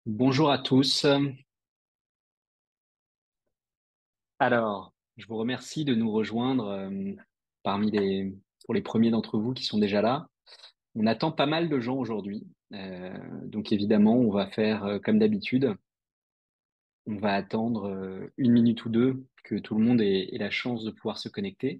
Bonjour à tous. Alors, je vous remercie de nous rejoindre parmi pour les premiers d'entre vous qui sont déjà là. On attend pas mal de gens aujourd'hui. Donc évidemment, on va faire comme d'habitude. On va attendre une minute ou deux que tout le monde ait la chance de pouvoir se connecter.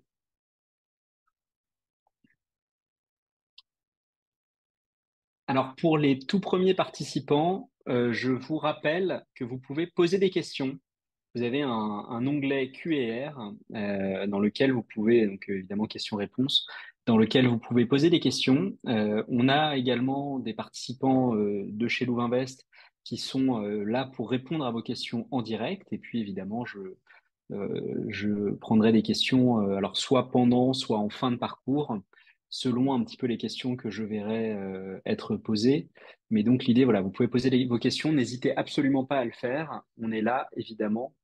Alors, pour les tout premiers participants, je vous rappelle que vous pouvez poser des questions. Vous avez un onglet Q&R dans lequel vous pouvez, donc évidemment questions-réponses, dans lequel vous pouvez poser des questions. On a également des participants de chez Louvainvest qui sont là pour répondre à vos questions en direct. Et puis évidemment, je prendrai des questions, alors soit pendant, soit en fin de parcours, selon un petit peu les questions que je verrai être posées. Mais donc l'idée, voilà, vous pouvez poser vos questions, n'hésitez absolument pas à le faire. On est là, évidemment,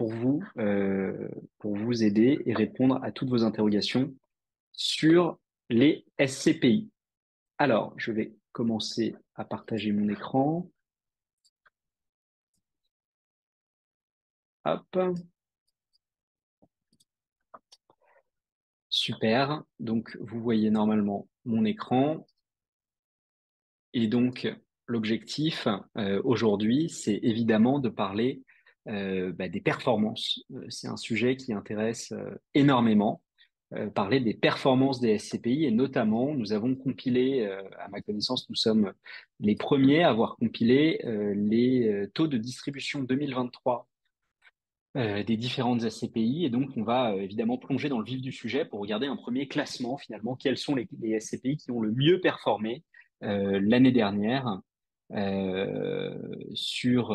pour vous aider et répondre à toutes vos interrogations sur les SCPI. Alors, je vais commencer à partager mon écran. Hop, super. Donc, vous voyez normalement mon écran. Et donc, l'objectif aujourd'hui, c'est évidemment de parler des performances. C'est un sujet qui intéresse énormément. Parler des performances des SCPI et notamment, nous avons compilé, à ma connaissance, nous sommes les premiers à avoir compilé les taux de distribution 2023 des différentes SCPI. Et donc, on va évidemment plonger dans le vif du sujet pour regarder un premier classement, finalement, quels sont les SCPI qui ont le mieux performé l'année dernière sur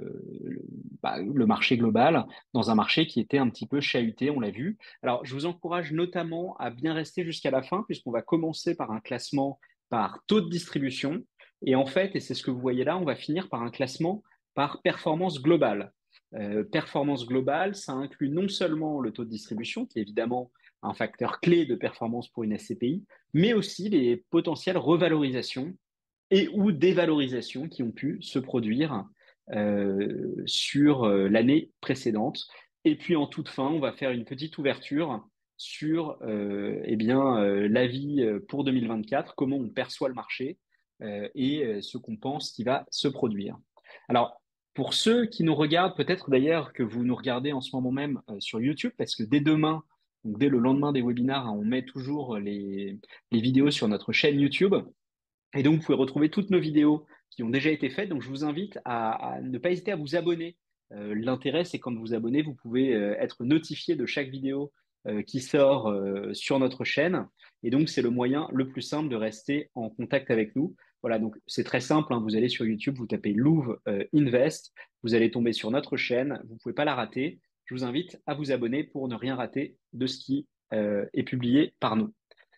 le marché global, dans un marché qui était un petit peu chahuté, on l'a vu. Alors, je vous encourage notamment à bien rester jusqu'à la fin, puisqu'on va commencer par un classement par taux de distribution. Et en fait, et c'est ce que vous voyez là, on va finir par un classement par performance globale. Performance globale, ça inclut non seulement le taux de distribution, qui est évidemment un facteur clé de performance pour une SCPI, mais aussi les potentielles revalorisations et ou dévalorisations qui ont pu se produire sur l'année précédente. Et puis en toute fin, on va faire une petite ouverture sur l'avis pour 2024, comment on perçoit le marché ce qu'on pense qui va se produire. Alors, pour ceux qui nous regardent, peut-être d'ailleurs que vous nous regardez en ce moment même sur YouTube, parce que dès demain, donc dès le lendemain des webinaires, on met toujours les vidéos sur notre chaîne YouTube. Et donc, vous pouvez retrouver toutes nos vidéos qui ont déjà été faites. Donc, je vous invite à ne pas hésiter à vous abonner. L'intérêt, c'est quand vous vous abonnez, vous pouvez être notifié de chaque vidéo qui sort sur notre chaîne. Et donc, c'est le moyen le plus simple de rester en contact avec nous. Voilà, donc c'est très simple, hein. Vous allez sur YouTube, vous tapez Louvre Invest, vous allez tomber sur notre chaîne. Vous ne pouvez pas la rater. Je vous invite à vous abonner pour ne rien rater de ce qui est publié par nous.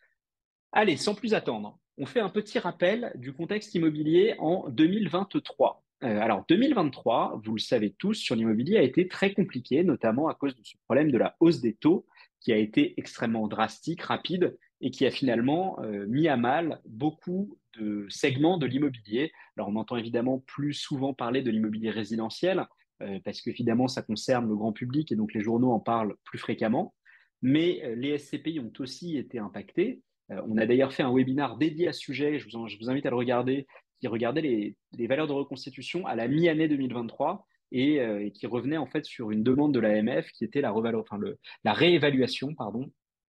Allez, sans plus attendre, on fait un petit rappel du contexte immobilier en 2023. Alors 2023, vous le savez tous, sur l'immobilier a été très compliqué, notamment à cause de ce problème de la hausse des taux qui a été extrêmement drastique, rapide et qui a finalement mis à mal beaucoup de segments de l'immobilier. Alors on entend évidemment plus souvent parler de l'immobilier résidentiel parce qu'évidemment ça concerne le grand public et donc les journaux en parlent plus fréquemment. Mais les SCPI ont aussi été impactés. On a d'ailleurs fait un webinar dédié à ce sujet, je vous invite à le regarder, qui regardait les valeurs de reconstitution à la mi-année 2023 et qui revenait en fait sur une demande de l'AMF qui était la réévaluation pardon,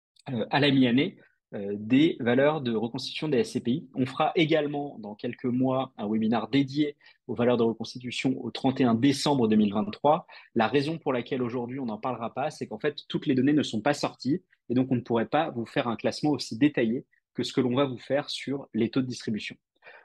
à la mi-année des valeurs de reconstitution des SCPI. On fera également dans quelques mois un webinaire dédié aux valeurs de reconstitution au 31 décembre 2023. La raison pour laquelle aujourd'hui on n'en parlera pas, c'est qu'en fait toutes les données ne sont pas sorties et donc on ne pourrait pas vous faire un classement aussi détaillé que ce que l'on va vous faire sur les taux de distribution.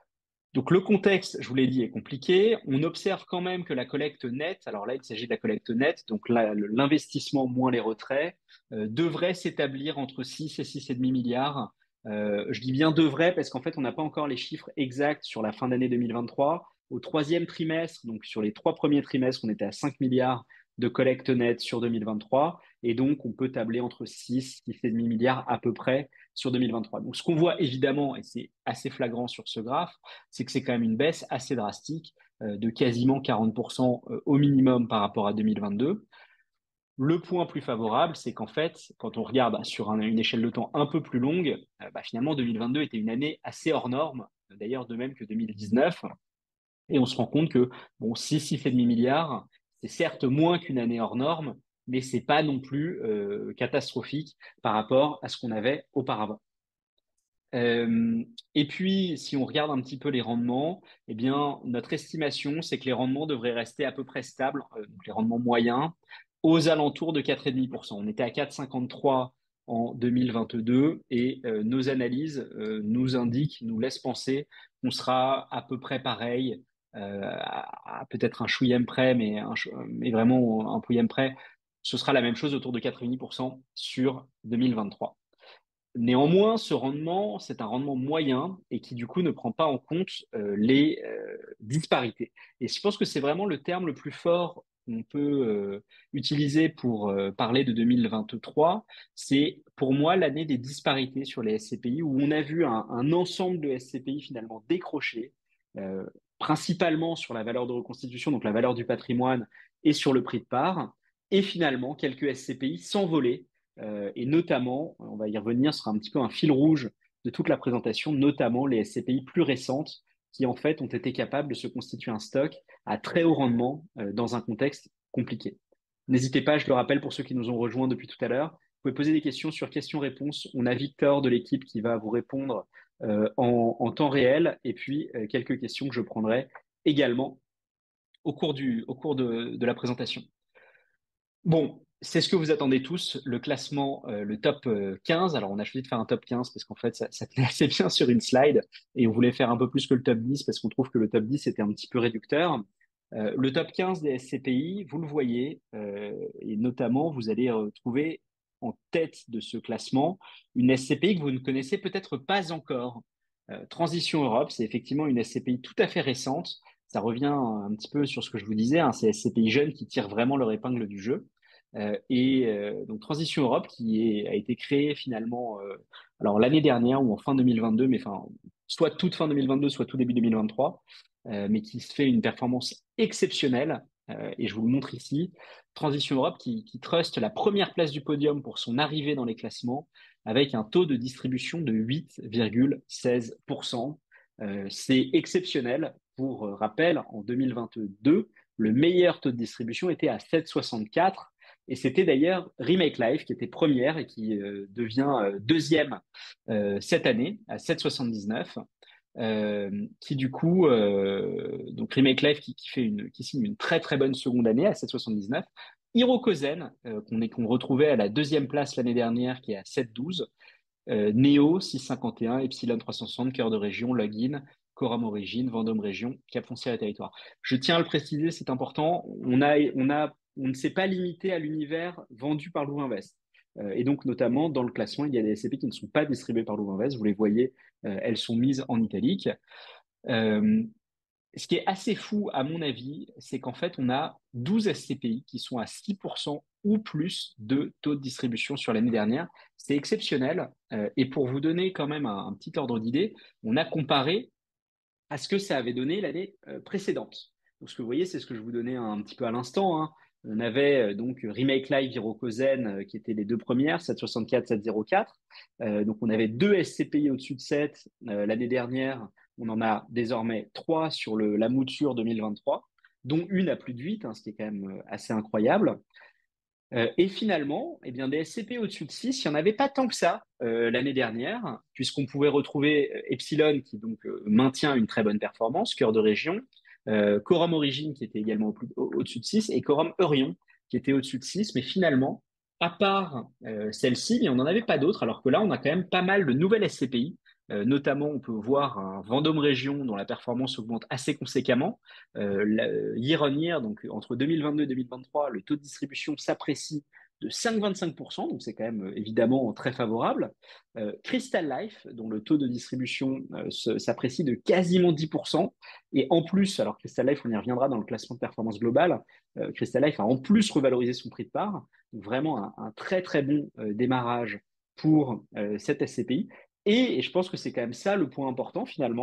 Donc le contexte, je vous l'ai dit, est compliqué. On observe quand même que la collecte nette, alors là il s'agit de la collecte nette, donc là l'investissement moins les retraits, devrait s'établir entre 6 et 6,5 milliards. Je dis bien devrait parce qu'en fait on n'a pas encore les chiffres exacts sur la fin d'année 2023. Au troisième trimestre, donc sur les trois premiers trimestres, on était à 5 milliards de collecte nette sur 2023 et donc on peut tabler entre 6, 6,5 milliards à peu près sur 2023. Donc ce qu'on voit évidemment, et c'est assez flagrant sur ce graphe, c'est que c'est quand même une baisse assez drastique de quasiment 40% au minimum par rapport à 2022. Le point plus favorable, c'est qu'en fait, quand on regarde sur une échelle de temps un peu plus longue, finalement 2022 était une année assez hors norme, d'ailleurs de même que 2019. Et on se rend compte que bon, 6,5 milliards, c'est certes moins qu'une année hors norme, mais c'est pas non plus catastrophique par rapport à ce qu'on avait auparavant. Et puis, si on regarde un petit peu les rendements, eh bien, notre estimation, c'est que les rendements devraient rester à peu près stables, donc les rendements moyens, aux alentours de 4,5%. On était à 4,53 en 2022 et nos analyses nous indiquent, nous laissent penser qu'on sera à peu près pareil, à peut-être un chouïème près, mais vraiment un pouillème près. Ce sera la même chose autour de 4,5% sur 2023. Néanmoins, ce rendement, c'est un rendement moyen et qui du coup ne prend pas en compte les disparités. Et je pense que c'est vraiment le terme le plus fort qu'on peut utiliser pour parler de 2023. C'est pour moi l'année des disparités sur les SCPI où on a vu un ensemble de SCPI finalement décrocher, euh, principalement sur la valeur de reconstitution, donc la valeur du patrimoine et sur le prix de part, et finalement quelques SCPI s'envoler et notamment, on va y revenir, ce sera un petit peu un fil rouge de toute la présentation, notamment les SCPI plus récentes qui en fait ont été capables de se constituer un stock à très haut rendement dans un contexte compliqué. N'hésitez pas, je le rappelle pour ceux qui nous ont rejoints depuis tout à l'heure, vous pouvez poser des questions sur questions-réponses. On a Victor de l'équipe qui va vous répondre en temps réel et puis quelques questions que je prendrai également au cours de la présentation. Bon, c'est ce que vous attendez tous, le classement, le top 15. Alors, on a choisi de faire un top 15 parce qu'en fait, ça tenait assez bien sur une slide et on voulait faire un peu plus que le top 10 parce qu'on trouve que le top 10 était un petit peu réducteur. Le top 15 des SCPI, vous le voyez, et notamment, vous allez trouver en tête de ce classement une SCPI que vous ne connaissez peut-être pas encore. Transition Europe, c'est effectivement une SCPI tout à fait récente. Ça revient un petit peu sur ce que je vous disais, hein, c'est SCPI jeunes qui tirent vraiment leur épingle du jeu. Donc Transition Europe a été créée finalement alors l'année dernière ou en fin 2022, mais enfin soit toute fin 2022, soit tout début 2023, mais qui se fait une performance exceptionnelle. Et je vous le montre ici. Transition Europe qui truste la première place du podium pour son arrivée dans les classements avec un taux de distribution de 8,16%. C'est exceptionnel. Pour rappel, en 2022, le meilleur taux de distribution était à 7,64. Et c'était d'ailleurs Remake Life qui était première et qui devient deuxième cette année à 7,79. Qui du coup, donc Remake Life qui signe une très très bonne seconde année à 7,79. Hirokozen, qu'on retrouvait à la deuxième place l'année dernière, qui est à 7,12. Neo 651, Epsilon 360, Cœur de Région, Login, Coram Origine, Vendôme Région, Cap Foncière et Territoire. Je tiens à le préciser, c'est important. On ne s'est pas limité à l'univers vendu par Louvainvest. Et donc, notamment, dans le classement, il y a des SCP qui ne sont pas distribués par Louvainvest. Vous les voyez, elles sont mises en italique. Euh, Ce qui est assez fou, à mon avis, c'est qu'en fait, on a 12 SCPI qui sont à 6% ou plus de taux de distribution sur l'année dernière. C'est exceptionnel. Et pour vous donner quand même un petit ordre d'idée, on a comparé à ce que ça avait donné l'année précédente. Donc, ce que vous voyez, c'est ce que je vous donnais un petit peu à l'instant, hein. On avait donc Remake Live, Hirokozen, qui étaient les deux premières, 764, 704. Donc, on avait deux SCPI au-dessus de 7 l'année dernière. On en a désormais trois sur la mouture 2023, dont une à plus de 8, hein, ce qui est quand même assez incroyable. Et finalement, eh bien, des SCP au-dessus de 6, il n'y en avait pas tant que ça l'année dernière, puisqu'on pouvait retrouver Epsilon qui donc maintient une très bonne performance, cœur de région, Corum Origin qui était également au-dessus de 6, et Corum Eurion qui était au-dessus de 6. Mais finalement, à part celle-ci, on n'en avait pas d'autres, alors que là, on a quand même pas mal de nouvelles SCPI. Notamment, on peut voir un Vendôme Région dont la performance augmente assez conséquemment year on year, donc entre 2022 et 2023, le taux de distribution s'apprécie de 5,25%, donc c'est quand même évidemment très favorable. Crystal Life, dont le taux de distribution s'apprécie de quasiment 10%. Et en plus, alors Crystal Life, on y reviendra dans le classement de performance globale, Crystal Life a en plus revalorisé son prix de part. Donc vraiment un très très bon démarrage pour cette SCPI. Et je pense que c'est quand même ça le point important finalement.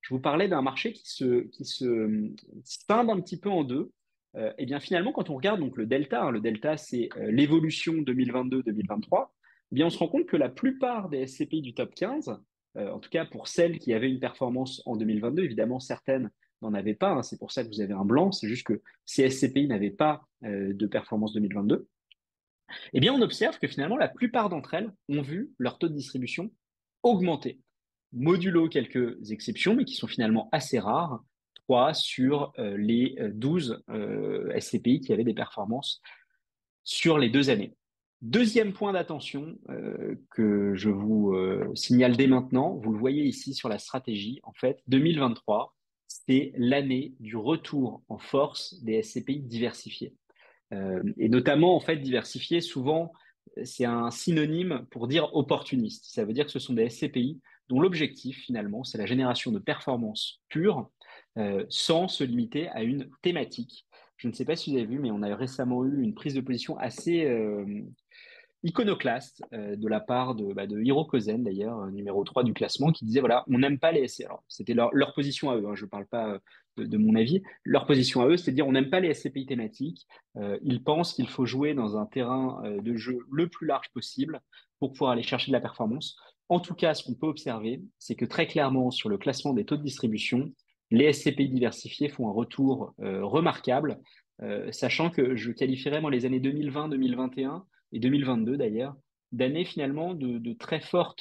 je vous parlais d'un marché qui se scinde un petit peu en deux. Et bien finalement, quand on regarde donc le delta, hein, le delta c'est l'évolution 2022-2023, eh bien on se rend compte que la plupart des SCPI du top 15, en tout cas pour celles qui avaient une performance en 2022, évidemment certaines n'en avaient pas, hein, c'est pour ça que vous avez un blanc, c'est juste que ces SCPI n'avaient pas de performance 2022. Eh bien on observe que finalement la plupart d'entre elles ont vu leur taux de distribution augmenter, modulo quelques exceptions, mais qui sont finalement assez rares, 3 sur les 12 SCPI qui avaient des performances sur les 2 années. Deuxième point d'attention que je vous signale dès maintenant, vous le voyez ici sur la stratégie, en fait, 2023, c'est l'année du retour en force des SCPI diversifiés. Et notamment, en fait, diversifiés, souvent, c'est un synonyme pour dire opportuniste. Ça veut dire que ce sont des SCPI dont l'objectif, finalement, c'est la génération de performances pures, sans se limiter à une thématique. Je ne sais pas si vous avez vu, mais on a récemment eu une prise de position assez iconoclaste de la part de Hiro Kozen, d'ailleurs, numéro 3 du classement, qui disait, voilà, on n'aime pas les SCPI. Alors, c'était leur position à eux, hein, je ne parle pas de mon avis. Leur position à eux, c'est de dire, on n'aime pas les SCPI thématiques. Ils pensent qu'il faut jouer dans un terrain de jeu le plus large possible pour pouvoir aller chercher de la performance. En tout cas, ce qu'on peut observer, c'est que très clairement, sur le classement des taux de distribution, les SCPI diversifiés font un retour remarquable, sachant que je qualifierais, moi, les années 2020, 2021 et 2022 d'ailleurs, d'années finalement de très forte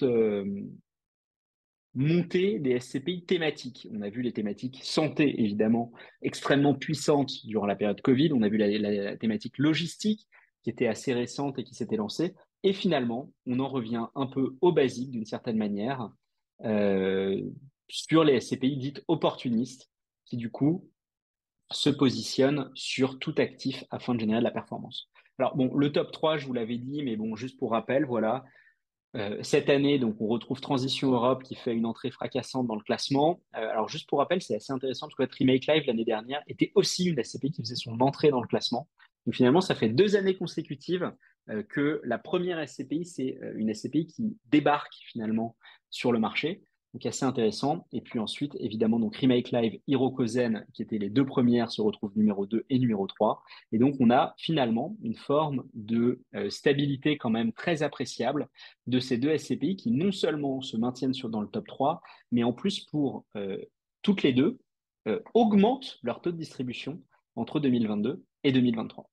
montée des SCPI thématiques. On a vu les thématiques santé, évidemment, extrêmement puissantes durant la période Covid. On a vu la thématique logistique, qui était assez récente et qui s'était lancée. Et finalement, on en revient un peu au basique, d'une certaine manière, euh, sur les SCPI dites opportunistes, qui du coup se positionne sur tout actif afin de générer de la performance. Alors bon, le top 3, je vous l'avais dit, mais bon, juste pour rappel, voilà. Cette année, donc, on retrouve Transition Europe qui fait une entrée fracassante dans le classement. Alors juste pour rappel, c'est assez intéressant parce que Remake Live l'année dernière était aussi une SCPI qui faisait son entrée dans le classement. Donc finalement, ça fait 2 années consécutives que la première SCPI, c'est une SCPI qui débarque finalement sur le marché. Donc assez intéressant. Et puis ensuite, évidemment, donc Remake Live, Hirokozen, qui étaient les deux premières, se retrouvent numéro 2 et numéro 3. Et donc on a finalement une forme de stabilité quand même très appréciable de ces deux SCPI qui non seulement se maintiennent dans le top 3, mais en plus pour toutes les deux augmentent leur taux de distribution entre 2022 et 2023.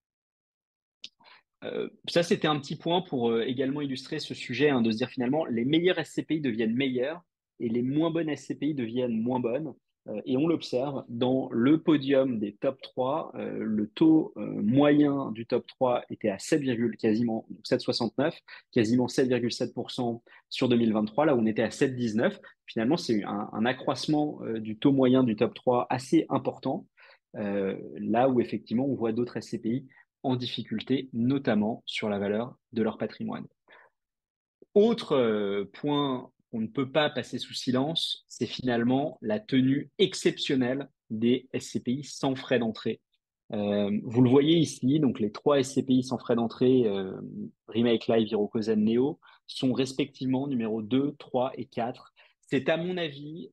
Ça, c'était un petit point pour également illustrer ce sujet, hein, de se dire finalement, les meilleures SCPI deviennent meilleures et les moins bonnes SCPI deviennent moins bonnes. Et on l'observe dans le podium des top 3, le taux moyen du top 3 était à 7, quasiment 7,69, quasiment 7,7% sur 2023, là où on était à 7,19. Finalement, c'est un accroissement du taux moyen du top 3 assez important, là où effectivement on voit d'autres SCPI en difficulté, notamment sur la valeur de leur patrimoine. Autre point qu'on ne peut pas passer sous silence, c'est finalement la tenue exceptionnelle des SCPI sans frais d'entrée. Vous le voyez ici, donc les 3 SCPI sans frais d'entrée, Remake Live, Hirokozen, Neo, sont respectivement numéro 2, 3 et 4. C'est à mon avis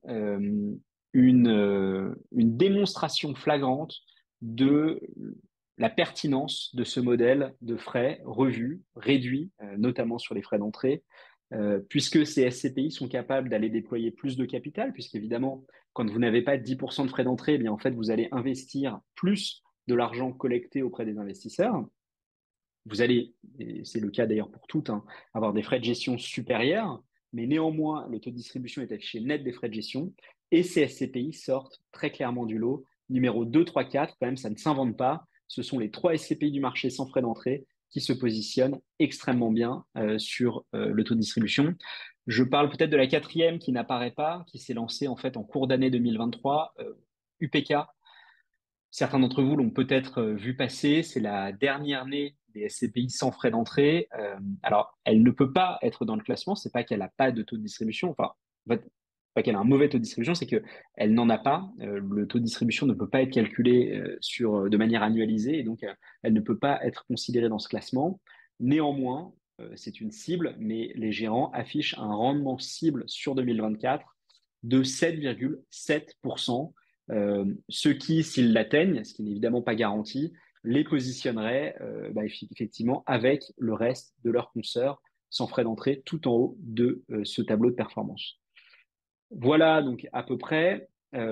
une démonstration flagrante de la pertinence de ce modèle de frais revus, réduits, notamment sur les frais d'entrée, puisque ces SCPI sont capables d'aller déployer plus de capital, puisqu'évidemment, quand vous n'avez pas 10% de frais d'entrée, eh bien en fait, vous allez investir plus de l'argent collecté auprès des investisseurs. Vous allez, et c'est le cas d'ailleurs pour toutes, hein, avoir des frais de gestion supérieurs, mais néanmoins, le taux de distribution est affiché net des frais de gestion, et ces SCPI sortent très clairement du lot. Numéro 2, 3, 4, quand même, ça ne s'invente pas. Ce sont les 3 SCPI du marché sans frais d'entrée qui se positionnent extrêmement bien sur le taux de distribution. Je parle peut-être de la quatrième qui n'apparaît pas, qui s'est lancée en fait en cours d'année 2023, UPK. Certains d'entre vous l'ont peut-être vu passer. C'est la dernière née des SCPI sans frais d'entrée. Alors, elle ne peut pas être dans le classement. C'est pas qu'elle n'a pas de taux de distribution. Enfin, en fait, pas qu'elle a un mauvais taux de distribution, c'est que elle n'en a pas. Le taux de distribution ne peut pas être calculé de manière annualisée et donc elle ne peut pas être considérée dans ce classement. Néanmoins, c'est une cible, mais les gérants affichent un rendement cible sur 2024 de 7,7%, ce qui, s'ils l'atteignent, ce qui n'est évidemment pas garanti, les positionnerait effectivement avec le reste de leurs consoeurs sans frais d'entrée tout en haut de ce tableau de performance. Voilà donc à peu près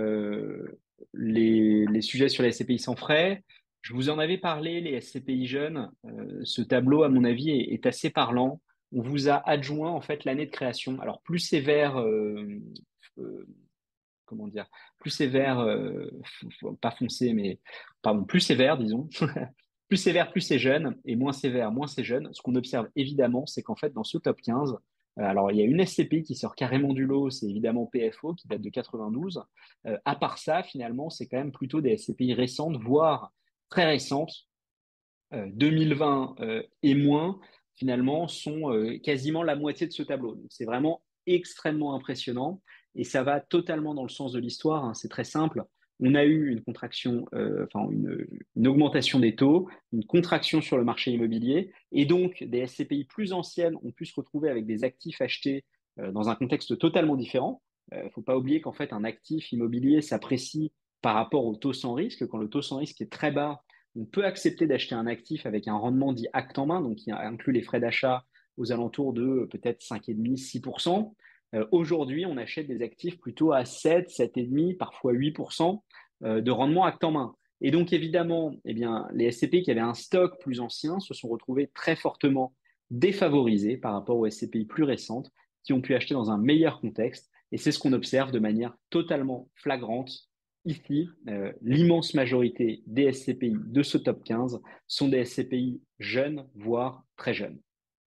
les sujets sur les SCPI sans frais. Je vous en avais parlé, les SCPI jeunes. Ce tableau, à mon avis, est assez parlant. On vous a adjoint en fait l'année de création. Alors plus sévère, euh, comment dire, plus sévère, pas foncé, mais pardon, plus sévère, disons. Plus sévère, plus c'est jeune, et moins sévère, moins c'est jeune. Ce qu'on observe évidemment, c'est qu'en fait, dans ce top 15, alors il y a une SCPI qui sort carrément du lot, c'est évidemment PFO qui date de 92. À part ça, finalement, c'est quand même plutôt des SCPI récentes, voire très récentes, 2020 et moins, finalement, sont quasiment la moitié de ce tableau. Donc, c'est vraiment extrêmement impressionnant et ça va totalement dans le sens de l'histoire, hein. C'est très simple. On a eu une contraction, une augmentation des taux, une contraction sur le marché immobilier et donc des SCPI plus anciennes ont pu se retrouver avec des actifs achetés dans un contexte totalement différent. Il ne faut pas oublier qu'en fait, un actif immobilier s'apprécie par rapport au taux sans risque. Quand le taux sans risque est très bas, on peut accepter d'acheter un actif avec un rendement dit acte en main, donc qui inclut les frais d'achat aux alentours de peut-être 5,5-6%. Aujourd'hui, on achète des actifs plutôt à 7, 7,5, parfois 8% de rendement acte en main. Et donc, évidemment, eh bien, les SCPI qui avaient un stock plus ancien se sont retrouvés très fortement défavorisés par rapport aux SCPI plus récentes qui ont pu acheter dans un meilleur contexte. Et c'est ce qu'on observe de manière totalement flagrante ici. L'immense majorité des SCPI de ce top 15 sont des SCPI jeunes, voire très jeunes.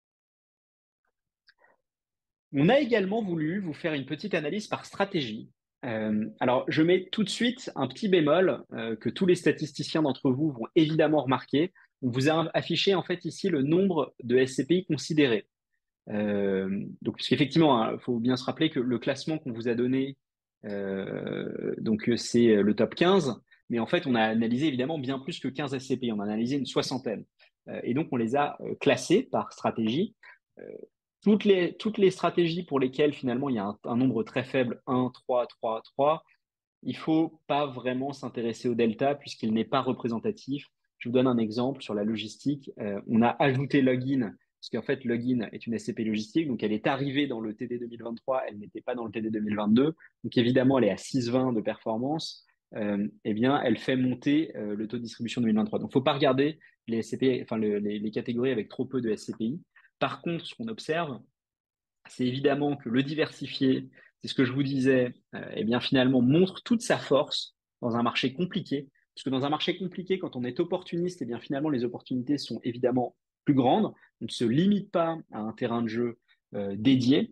On a également voulu vous faire une petite analyse par stratégie. Alors, je mets tout de suite un petit bémol que tous les statisticiens d'entre vous vont évidemment remarquer. On vous a affiché en fait ici le nombre de SCPI considérés. Donc, parce qu'effectivement, il faut bien se rappeler que le classement qu'on vous a donné, c'est le top 15, mais en fait, on a analysé évidemment bien plus que 15 SCPI, on a analysé une soixantaine. Et donc, on les a classés par stratégie. Euh, toutes les stratégies pour lesquelles finalement il y a un nombre très faible, 1, 3, 3, 3, il faut pas vraiment s'intéresser au delta puisqu'il n'est pas représentatif. Je vous donne un exemple sur la logistique. On a ajouté Login, parce qu'en fait, Login est une SCP logistique, donc elle est arrivée dans le TD 2023, elle n'était pas dans le TD 2022. Donc évidemment, elle est à 6,20 de performance. Eh bien, elle fait monter le taux de distribution 2023. Donc, il ne faut pas regarder les SCP, enfin les catégories avec trop peu de SCPI. Par contre, ce qu'on observe, c'est évidemment que le diversifié, c'est ce que je vous disais, eh bien finalement montre toute sa force dans un marché compliqué. Parce que dans un marché compliqué, quand on est opportuniste, eh bien finalement les opportunités sont évidemment plus grandes. On ne se limite pas à un terrain de jeu dédié.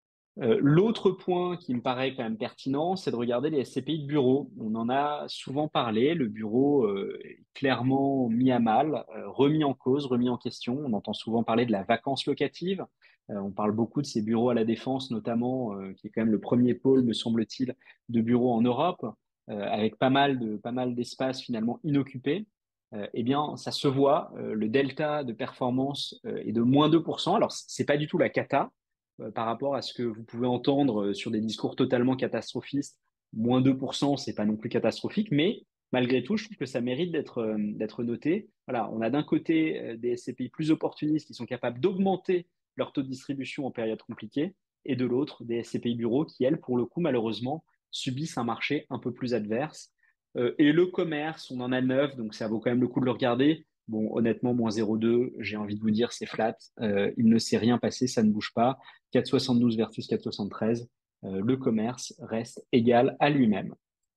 L'autre point qui me paraît quand même pertinent, c'est de regarder les SCPI de bureau. On en a souvent parlé. Le bureau est clairement mis à mal, remis en cause, remis en question. On entend souvent parler de la vacance locative. On parle beaucoup de ces bureaux à la Défense, notamment, qui est quand même le premier pôle, me semble-t-il, de bureaux en Europe, avec pas mal d'espaces finalement inoccupés. Eh bien, ça se voit. Le delta de performance est de moins 2%. Alors, c'est pas du tout la cata par rapport à ce que vous pouvez entendre sur des discours totalement catastrophistes. Moins 2%, c'est pas non plus catastrophique, mais malgré tout, je trouve que ça mérite d'être noté. Voilà, on a d'un côté des SCPI plus opportunistes qui sont capables d'augmenter leur taux de distribution en période compliquée, et de l'autre, des SCPI bureaux qui, elles, pour le coup, malheureusement, subissent un marché un peu plus adverse. Et le commerce, on en a 9, donc ça vaut quand même le coup de le regarder. Bon, honnêtement, moins 0,2, j'ai envie de vous dire, c'est flat. Il ne s'est rien passé, ça ne bouge pas. 4,72 versus 4,73, le commerce reste égal à lui-même.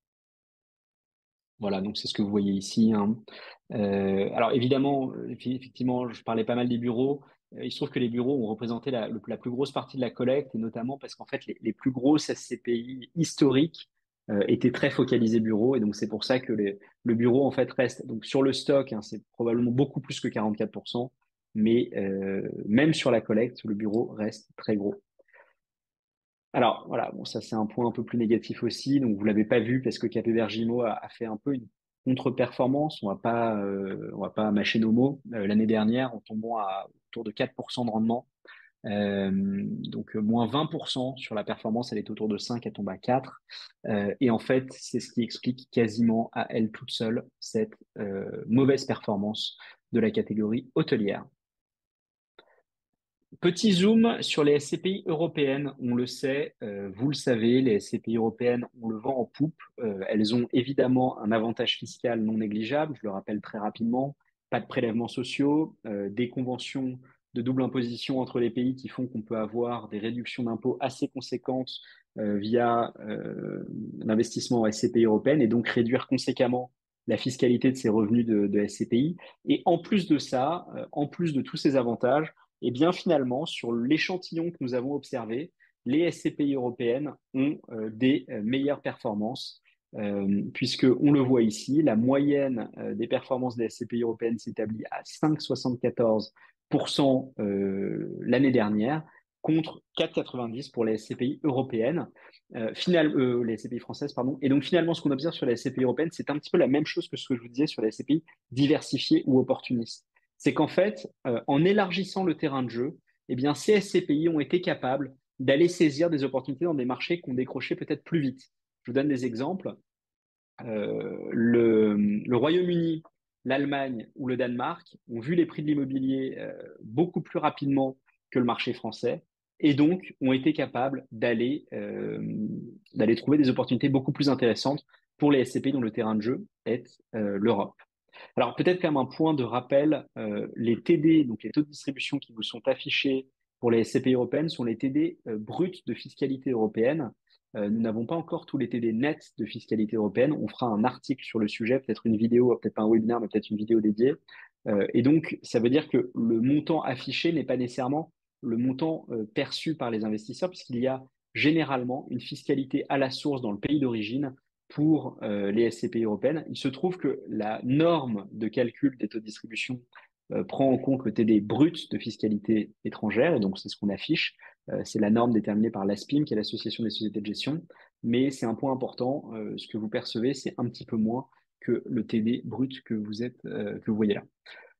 Voilà, donc c'est ce que vous voyez ici, hein. Alors évidemment, effectivement, je parlais pas mal des bureaux. Il se trouve que les bureaux ont représenté la plus grosse partie de la collecte, et notamment parce qu'en fait, les plus grosses SCPI historiques étaient très focalisés bureaux, et donc c'est pour ça que le bureau en fait reste. Donc sur le stock, hein, c'est probablement beaucoup plus que 44%, mais même sur la collecte, le bureau reste très gros. Alors voilà, bon, ça c'est un point un peu plus négatif aussi. Donc vous l'avez pas vu parce que KP Gimo a fait un peu une contre-performance. On va pas mâcher nos mots. L'année dernière, en tombant à autour de 4% de rendement, Donc moins 20% sur la performance, elle est autour de 5, elle tombe à 4. Et en fait, c'est ce qui explique quasiment à elle toute seule cette mauvaise performance de la catégorie hôtelière. Petit zoom sur les SCPI européennes. On le sait, vous le savez, les SCPI européennes, on le vent en poupe. Elles ont évidemment un avantage fiscal non négligeable. Je le rappelle très rapidement. Pas de prélèvements sociaux, des conventions de double imposition entre les pays qui font qu'on peut avoir des réductions d'impôts assez conséquentes via l'investissement en SCPI européenne et donc réduire conséquemment la fiscalité de ces revenus de SCPI. Et en plus de ça, en plus de tous ces avantages, et bien finalement, sur l'échantillon que nous avons observé, les SCPI européennes ont des meilleures performances, puisque on le voit ici, la moyenne des performances des SCPI européennes s'établit à 5,74% l'année dernière, contre 4,90 pour les SCPI européennes, les SCPI françaises, pardon. Et donc finalement, ce qu'on observe sur les SCPI européennes, c'est un petit peu la même chose que ce que je vous disais sur les SCPI diversifiées ou opportunistes. C'est qu'en fait, en élargissant le terrain de jeu, eh bien, ces SCPI ont été capables d'aller saisir des opportunités dans des marchés qu'on décrochait peut-être plus vite. Je vous donne des exemples. Le Royaume-Uni, l'Allemagne ou le Danemark ont vu les prix de l'immobilier beaucoup plus rapidement que le marché français et donc ont été capables d'aller trouver des opportunités beaucoup plus intéressantes pour les SCPI dont le terrain de jeu est l'Europe. Alors peut-être comme un point de rappel, les TD, donc les taux de distribution qui vous sont affichés pour les SCPI européennes, sont les TD bruts de fiscalité européenne. Nous n'avons pas encore tous les TD nets de fiscalité européenne. On fera un article sur le sujet, peut-être une vidéo, peut-être pas un webinaire, mais peut-être une vidéo dédiée. Et donc, ça veut dire que le montant affiché n'est pas nécessairement le montant perçu par les investisseurs, puisqu'il y a généralement une fiscalité à la source dans le pays d'origine pour les SCPI européennes. Il se trouve que la norme de calcul des taux de distribution prend en compte le TD brut de fiscalité étrangère, et donc c'est ce qu'on affiche. C'est la norme déterminée par l'ASPIM, qui est l'Association des sociétés de gestion. Mais c'est un point important, ce que vous percevez, c'est un petit peu moins que le TD brut que vous voyez là.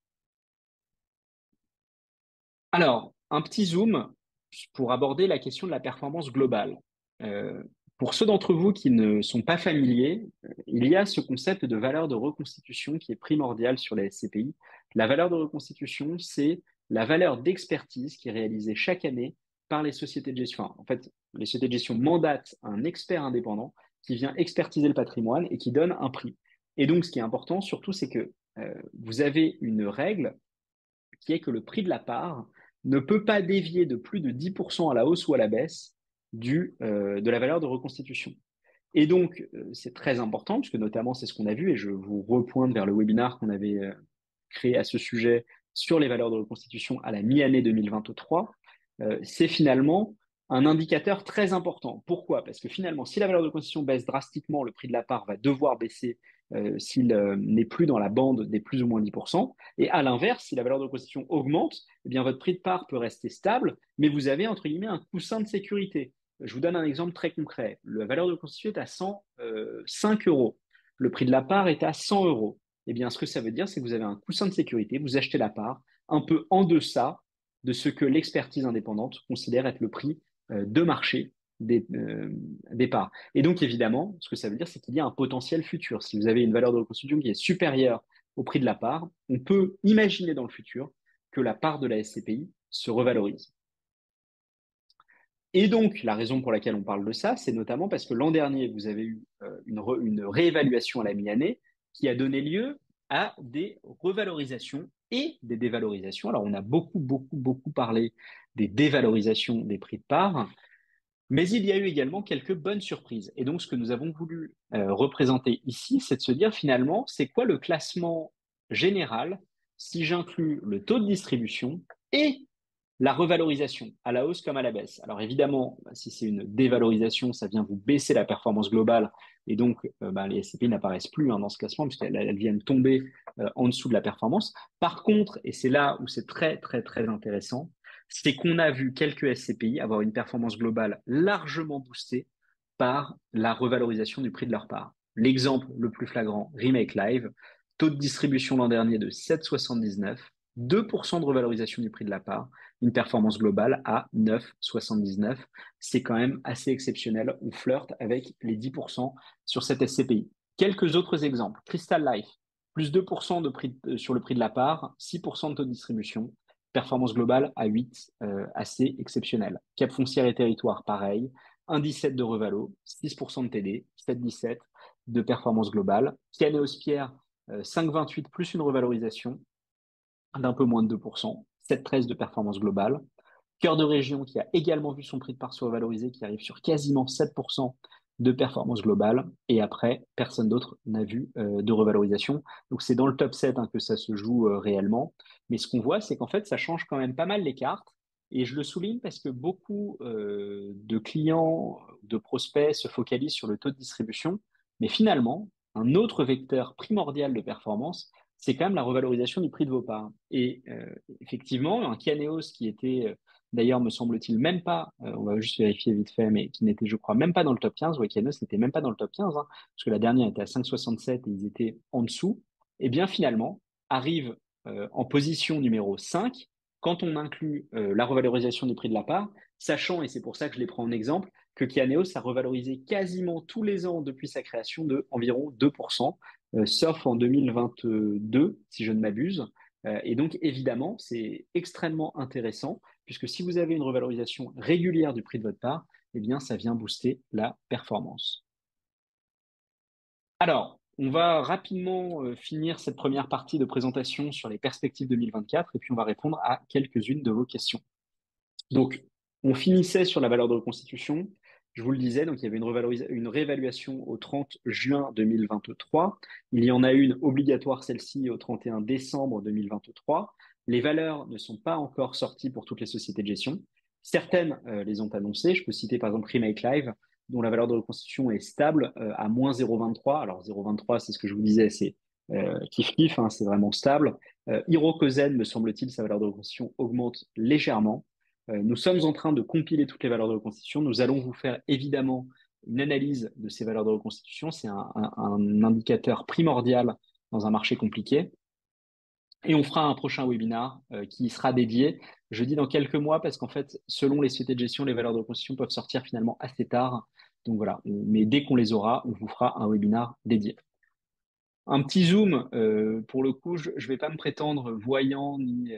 Alors, un petit zoom pour aborder la question de la performance globale. Euh, pour ceux d'entre vous qui ne sont pas familiers, il y a ce concept de valeur de reconstitution qui est primordial sur les SCPI. La valeur de reconstitution, c'est la valeur d'expertise qui est réalisée chaque année par les sociétés de gestion. En fait, les sociétés de gestion mandatent un expert indépendant qui vient expertiser le patrimoine et qui donne un prix. Et donc, ce qui est important surtout, c'est que vous avez une règle qui est que le prix de la part ne peut pas dévier de plus de 10% à la hausse ou à la baisse de la valeur de reconstitution. Et donc, c'est très important, puisque notamment, c'est ce qu'on a vu, et je vous repointe vers le webinaire qu'on avait créé à ce sujet sur les valeurs de reconstitution à la mi-année 2023. C'est finalement un indicateur très important. Pourquoi? Parce que finalement, si la valeur de reconstitution baisse drastiquement, le prix de la part va devoir baisser s'il n'est plus dans la bande des plus ou moins 10%. Et à l'inverse, si la valeur de reconstitution augmente, eh bien, votre prix de part peut rester stable, mais vous avez, entre guillemets, un coussin de sécurité. Je vous donne un exemple très concret. La valeur de reconstitution est à 105 euros. Le prix de la part est à 100 euros. Eh bien, ce que ça veut dire, c'est que vous avez un coussin de sécurité, vous achetez la part un peu en deçà de ce que l'expertise indépendante considère être le prix de marché des parts. Et donc, évidemment, ce que ça veut dire, c'est qu'il y a un potentiel futur. Si vous avez une valeur de reconstitution qui est supérieure au prix de la part, on peut imaginer dans le futur que la part de la SCPI se revalorise. Et donc, la raison pour laquelle on parle de ça, c'est notamment parce que l'an dernier, vous avez eu une réévaluation à la mi-année qui a donné lieu à des revalorisations et des dévalorisations. Alors, on a beaucoup, beaucoup, beaucoup parlé des dévalorisations des prix de part, mais il y a eu également quelques bonnes surprises. Et donc, ce que nous avons voulu représenter ici, c'est de se dire finalement, c'est quoi le classement général si j'inclus le taux de distribution et la revalorisation, à la hausse comme à la baisse. Alors évidemment, si c'est une dévalorisation, ça vient vous baisser la performance globale et donc les SCPI n'apparaissent plus dans ce classement puisqu'elles viennent tomber en dessous de la performance. Par contre, et c'est là où c'est très très très intéressant, c'est qu'on a vu quelques SCPI avoir une performance globale largement boostée par la revalorisation du prix de leur part. L'exemple le plus flagrant, Remake Live, taux de distribution l'an dernier de 7,79, 2% de revalorisation du prix de la part, une performance globale à 9,79. C'est quand même assez exceptionnel. On flirte avec les 10% sur cette SCPI. Quelques autres exemples. Crystal Life, plus 2% de prix, sur le prix de la part, 6% de taux de distribution, performance globale à 8, assez exceptionnel. Cap Foncière et Territoire, pareil, 1,17 de revalo, 6% de TD, 7,17 de performance globale. Kianéos Pierre, 5,28 plus une revalorisation d'un peu moins de 2%, 7,13 de performance globale. Cœur de région qui a également vu son prix de part se revaloriser, qui arrive sur quasiment 7% de performance globale. Et après, personne d'autre n'a vu de revalorisation. Donc c'est dans le top 7 que ça se joue réellement. Mais ce qu'on voit, c'est qu'en fait, ça change quand même pas mal les cartes. Et je le souligne parce que beaucoup de clients, de prospects se focalisent sur le taux de distribution. Mais finalement, un autre vecteur primordial de performance, c'est quand même la revalorisation du prix de vos parts. Et effectivement, un Kianéos qui était d'ailleurs, me semble-t-il, même pas, on va juste vérifier vite fait, mais qui n'était, je crois, même pas dans le top 15. Wakenos n'était même pas dans le top 15, parce que la dernière était à 5,67 et ils étaient en dessous. Et bien finalement, arrive en position numéro 5 quand on inclut la revalorisation du prix de la part, sachant, et c'est pour ça que je les prends en exemple, que Kianeos a revalorisé quasiment tous les ans depuis sa création de environ 2%, sauf en 2022, si je ne m'abuse. Et donc, évidemment, c'est extrêmement intéressant puisque si vous avez une revalorisation régulière du prix de votre part, eh bien, ça vient booster la performance. Alors, on va rapidement finir cette première partie de présentation sur les perspectives 2024 et puis on va répondre à quelques-unes de vos questions. Donc, on finissait sur la valeur de reconstitution. Je vous le disais, donc il y avait une réévaluation au 30 juin 2023. Il y en a une obligatoire, celle-ci, au 31 décembre 2023. Les valeurs ne sont pas encore sorties pour toutes les sociétés de gestion. Certaines les ont annoncées. Je peux citer par exemple Remake Live, dont la valeur de reconstitution est stable à moins 0,23. Alors 0,23, c'est ce que je vous disais, c'est kiff-kiff, c'est vraiment stable. Hirokozen, me semble-t-il, sa valeur de reconstitution augmente légèrement. Nous sommes en train de compiler toutes les valeurs de reconstitution. Nous allons vous faire évidemment une analyse de ces valeurs de reconstitution. C'est un indicateur primordial dans un marché compliqué. Et on fera un prochain webinar qui sera dédié. Je dis dans quelques mois parce qu'en fait, selon les sociétés de gestion, les valeurs de reconstitution peuvent sortir finalement assez tard. Donc voilà, mais dès qu'on les aura, on vous fera un webinar dédié. Un petit zoom, pour le coup, je ne vais pas me prétendre voyant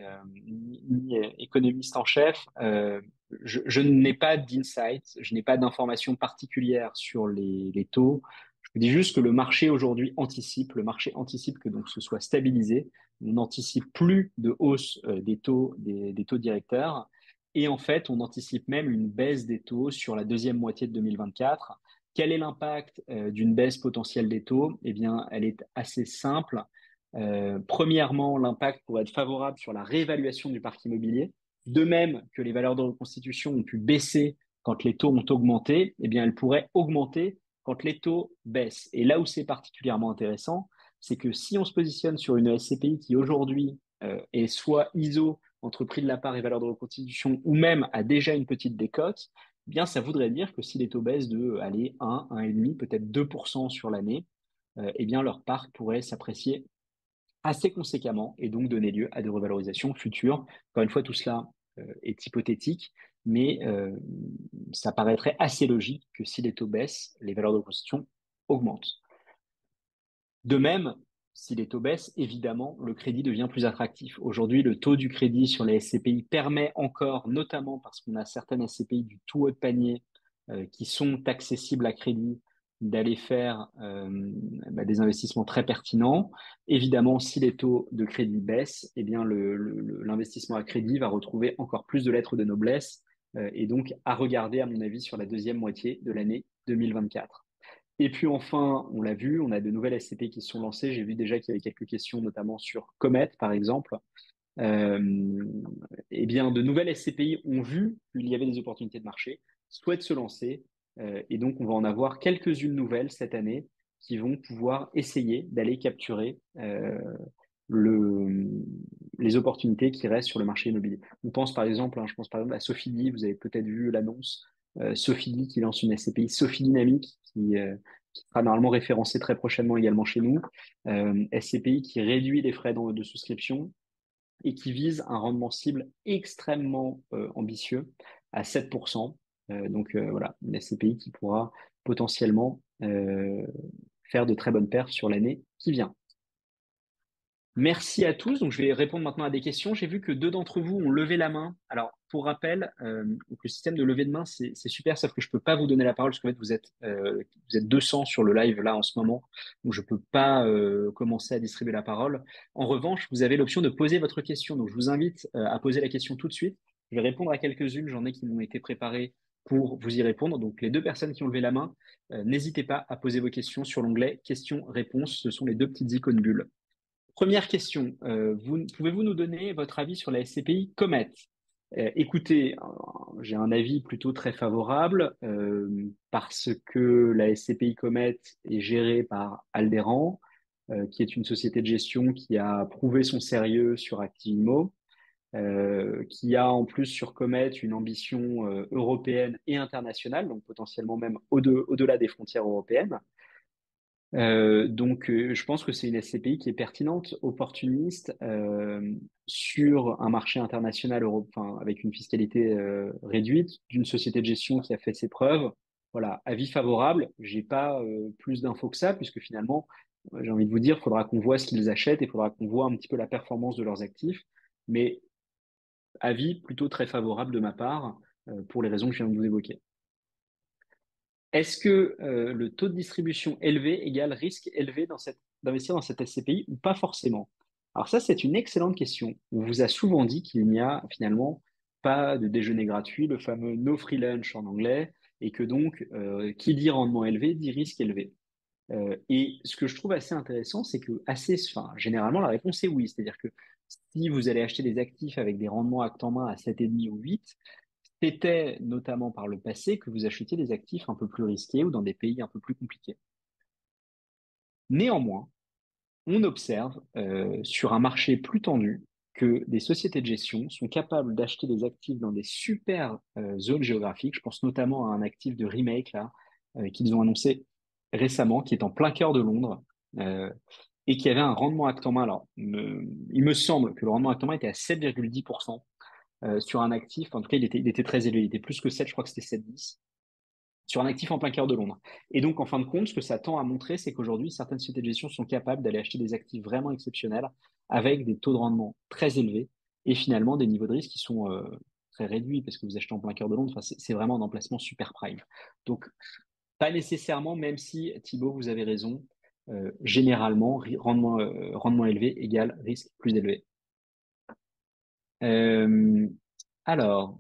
ni économiste en chef. Je n'ai pas d'insight, je n'ai pas d'informations particulières sur les taux. Je vous dis juste que le marché aujourd'hui anticipe, le marché anticipe que donc ce soit stabilisé. On n'anticipe plus de hausse des taux directeurs. Et en fait, on anticipe même une baisse des taux sur la deuxième moitié de 2024. Quel est l'impact d'une baisse potentielle des taux? Eh bien, elle est assez simple. Premièrement, l'impact pourrait être favorable sur la réévaluation du parc immobilier. De même que les valeurs de reconstitution ont pu baisser quand les taux ont augmenté, eh bien, elles pourraient augmenter quand les taux baissent. Et là où c'est particulièrement intéressant, c'est que si on se positionne sur une SCPI qui aujourd'hui est soit ISO entre prix de la part et valeur de reconstitution, ou même a déjà une petite décote, eh bien, ça voudrait dire que si les taux baissent de, allez, 1, 1,5, peut-être 2% sur l'année, eh bien, leur part pourrait s'apprécier assez conséquemment et donc donner lieu à des revalorisations futures. Encore une fois, tout cela est hypothétique, mais ça paraîtrait assez logique que si les taux baissent, les valeurs de reconstitution augmentent. De même, si les taux baissent, évidemment, le crédit devient plus attractif. Aujourd'hui, le taux du crédit sur les SCPI permet encore, notamment parce qu'on a certaines SCPI du tout haut de panier qui sont accessibles à crédit, d'aller faire des investissements très pertinents. Évidemment, si les taux de crédit baissent, eh bien l'investissement à crédit va retrouver encore plus de lettres de noblesse et donc à regarder, à mon avis, sur la deuxième moitié de l'année 2024. Et puis enfin, on l'a vu, on a de nouvelles SCP qui se sont lancées. J'ai vu déjà qu'il y avait quelques questions, notamment sur Comet, par exemple. Euh, eh bien, de nouvelles SCPI ont vu qu'il y avait des opportunités de marché, souhaitent se lancer, et donc on va en avoir quelques-unes nouvelles cette année qui vont pouvoir essayer d'aller capturer le, les opportunités qui restent sur le marché immobilier. On pense par exemple, je pense par exemple à Sophie, vous avez peut-être vu l'annonce, Sophie qui lance une SCPI, Sophie Dynamique, qui sera normalement référencée très prochainement également chez nous, SCPI qui réduit les frais de souscription et qui vise un rendement cible extrêmement ambitieux à 7%. Voilà, une SCPI qui pourra potentiellement faire de très bonnes perfs sur l'année qui vient. Merci à tous. Donc, je vais répondre maintenant à des questions. J'ai vu que deux d'entre vous ont levé la main. Alors, pour rappel, donc le système de levée de main, c'est super, sauf que je peux pas vous donner la parole parce qu'en fait, vous êtes 200 sur le live là en ce moment. Donc, je peux pas commencer à distribuer la parole. En revanche, vous avez l'option de poser votre question. Donc, je vous invite à poser la question tout de suite. Je vais répondre à quelques-unes. J'en ai qui m'ont été préparées pour vous y répondre. Donc, les deux personnes qui ont levé la main, n'hésitez pas à poser vos questions sur l'onglet questions-réponses. Ce sont les deux petites icônes bulles. Première question, pouvez-vous nous donner votre avis sur la SCPI Comet? Écoutez, j'ai un avis plutôt très favorable parce que la SCPI Comet est gérée par Alderan, qui est une société de gestion qui a prouvé son sérieux sur Activimo, qui a en plus sur Comet une ambition européenne et internationale, donc potentiellement même au-delà des frontières européennes. Je pense que c'est une SCPI qui est pertinente, opportuniste, sur un marché international enfin, avec une fiscalité réduite, d'une société de gestion qui a fait ses preuves. Voilà, avis favorable. J'ai pas plus d'infos que ça, puisque finalement, j'ai envie de vous dire, il faudra qu'on voit ce qu'ils achètent et il faudra qu'on voit un petit peu la performance de leurs actifs. Mais avis plutôt très favorable de ma part, pour les raisons que je viens de vous évoquer. Est-ce que le taux de distribution élevé égale risque élevé d'investir dans cette SCPI ou pas forcément? Alors ça, c'est une excellente question. On vous a souvent dit qu'il n'y a finalement pas de déjeuner gratuit, le fameux no free lunch en anglais, et que donc, qui dit rendement élevé dit risque élevé. Et ce que je trouve assez intéressant, c'est que enfin, généralement, la réponse est oui. C'est-à-dire que si vous allez acheter des actifs avec des rendements acte en main à 7,5 ou 8, c'était notamment par le passé que vous achetiez des actifs un peu plus risqués ou dans des pays un peu plus compliqués. Néanmoins, on observe sur un marché plus tendu que des sociétés de gestion sont capables d'acheter des actifs dans des super zones géographiques. Je pense notamment à un actif de Remake là, qu'ils ont annoncé récemment, qui est en plein cœur de Londres euh, et qui avait un rendement acte en main. Alors, il me semble que le rendement acte en main était à 7,10% sur un actif. En tout cas, il était très élevé. Il était plus que 7, je crois que c'était 7,10 sur un actif en plein cœur de Londres. Et donc, en fin de compte, ce que ça tend à montrer, c'est qu'aujourd'hui, certaines sociétés de gestion sont capables d'aller acheter des actifs vraiment exceptionnels avec des taux de rendement très élevés et finalement des niveaux de risque qui sont très réduits parce que vous achetez en plein cœur de Londres. Enfin, c'est vraiment un emplacement super prime. Donc, pas nécessairement, même si Thibaut, vous avez raison, généralement, rendement élevé égale risque plus élevé. Euh, alors,